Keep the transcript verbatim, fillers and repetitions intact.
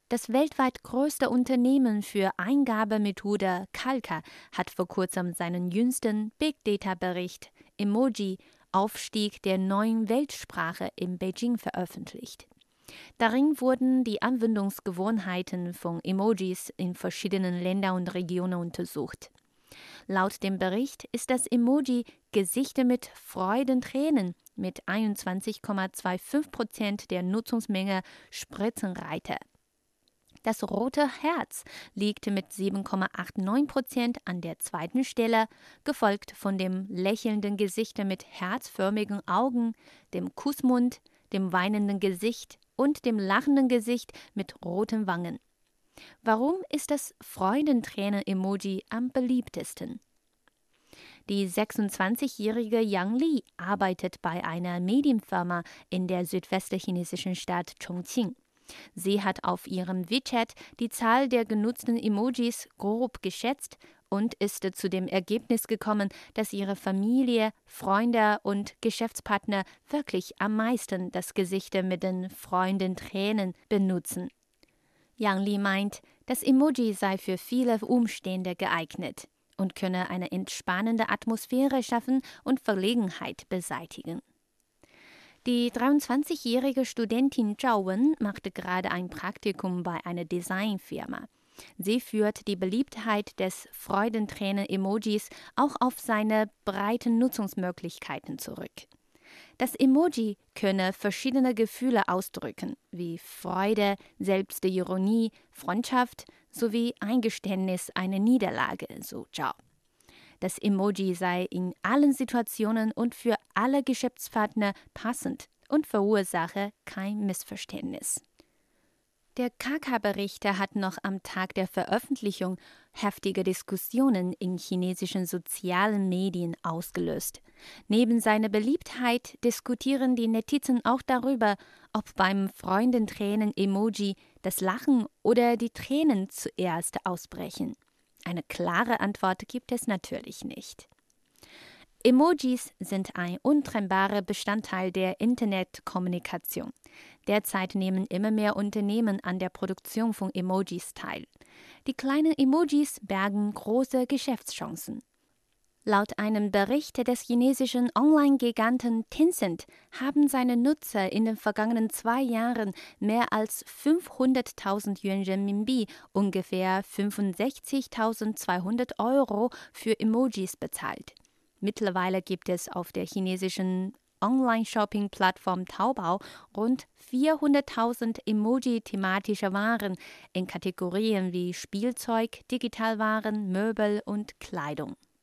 Das weltweit größte Unternehmen für Eingabemethode Kalka hat vor kurzem seinen jüngsten Big Data-Bericht Emoji Aufstieg der neuen Weltsprache in Beijing veröffentlicht. Darin wurden die Anwendungsgewohnheiten von Emojis in verschiedenen Ländern und Regionen untersucht. Laut dem Bericht ist das Emoji Gesichter mit Freudentränen mit einundzwanzig Komma fünfundzwanzig Prozent der Nutzungsmenge Spitzenreiter. Das rote Herz liegt mit sieben Komma neunundachtzig Prozent an der zweiten Stelle, gefolgt von dem lächelnden Gesicht mit herzförmigen Augen, dem Kussmund, dem weinenden Gesicht und dem lachenden Gesicht mit roten Wangen. Warum ist das Freudentränen-Emoji am beliebtesten? Die sechsundzwanzigjährige Yang Li arbeitet bei einer Medienfirma in der südwestchinesischen Stadt Chongqing. Sie hat auf ihrem WeChat die Zahl der genutzten Emojis grob geschätzt und ist zu dem Ergebnis gekommen, dass ihre Familie, Freunde und Geschäftspartner wirklich am meisten das Gesicht mit den Freudentränen benutzen. Yang Li meint, das Emoji sei für viele Umstände geeignet und könne eine entspannende Atmosphäre schaffen und Verlegenheit beseitigen. Die dreiundzwanzigjährige Studentin Zhao Wen machte gerade ein Praktikum bei einer Designfirma. Sie führt die Beliebtheit des Freudentränen-Emojis auch auf seine breiten Nutzungsmöglichkeiten zurück. Das Emoji könne verschiedene Gefühle ausdrücken, wie Freude, Selbstironie, Freundschaft sowie Eingeständnis einer Niederlage, so Zhao. Das Emoji sei in allen Situationen und für alle Geschäftspartner passend und verursache kein Missverständnis. Der Kalka-Bericht hat noch am Tag der Veröffentlichung heftige Diskussionen in chinesischen sozialen Medien ausgelöst. Neben seiner Beliebtheit diskutieren die Netizen auch darüber, ob beim Freudentränen-Emoji das Lachen oder die Tränen zuerst ausbrechen. Eine klare Antwort gibt es natürlich nicht. Emojis sind ein untrennbarer Bestandteil der Internetkommunikation. Derzeit nehmen immer mehr Unternehmen an der Produktion von Emojis teil. Die kleinen Emojis bergen große Geschäftschancen. Laut einem Bericht des chinesischen Online-Giganten Tencent haben seine Nutzer in den vergangenen zwei Jahren mehr als fünfhunderttausend Yuan Renminbi, ungefähr fünfundsechzigtausendzweihundert Euro, für Emojis bezahlt. Mittlerweile gibt es auf der chinesischen Online-Shopping-Plattform Taobao rund vierhunderttausend Emoji-thematische Waren in Kategorien wie Spielzeug, Digitalwaren, Möbel und Kleidung.